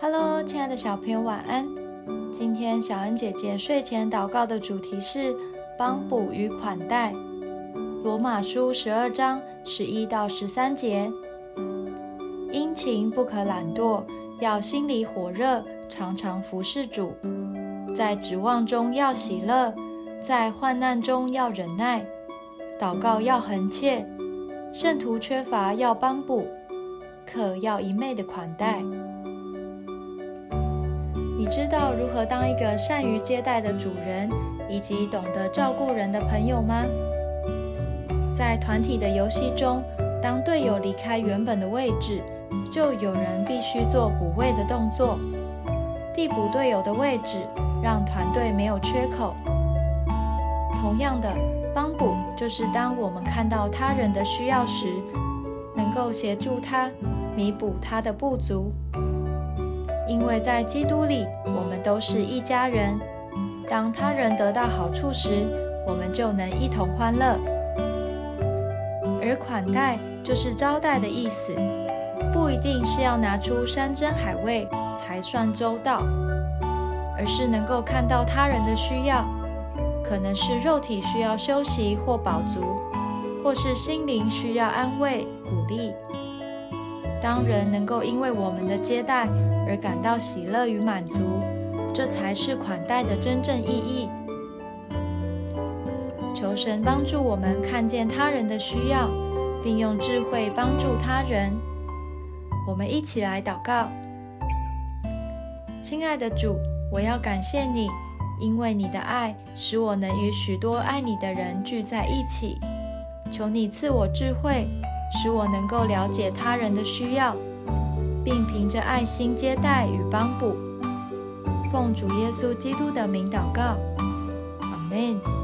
Hello， 亲爱的小朋友，晚安。今天小恩姐姐睡前祷告的主题是帮补与款待。罗马书12章11到13节，殷勤不可懒惰，要心里火热，常常服侍主。在指望中要喜乐，在患难中要忍耐，祷告要恒切，圣徒缺乏要帮补，客要一昧的款待。你知道如何当一个善于接待的主人，以及懂得照顾人的朋友吗？在团体的游戏中，当队友离开原本的位置，就有人必须做补位的动作，递补队友的位置，让团队没有缺口。同样的，帮补就是当我们看到他人的需要时，能够协助他，弥补他的不足。因为在基督里，我们都是一家人。当他人得到好处时，我们就能一同欢乐。而款待就是招待的意思，不一定是要拿出山珍海味才算周到，而是能够看到他人的需要，可能是肉体需要休息或饱足，或是心灵需要安慰、鼓励。当人能够因为我们的接待而感到喜乐与满足，这才是款待的真正意义。求神帮助我们看见他人的需要，并用智慧帮助他人。我们一起来祷告。亲爱的主，我要感谢你，因为你的爱使我能与许多爱你的人聚在一起。求你赐我智慧，使我能够了解他人的需要，并凭着爱心接待与帮补。奉主耶稣基督的名祷告，阿们。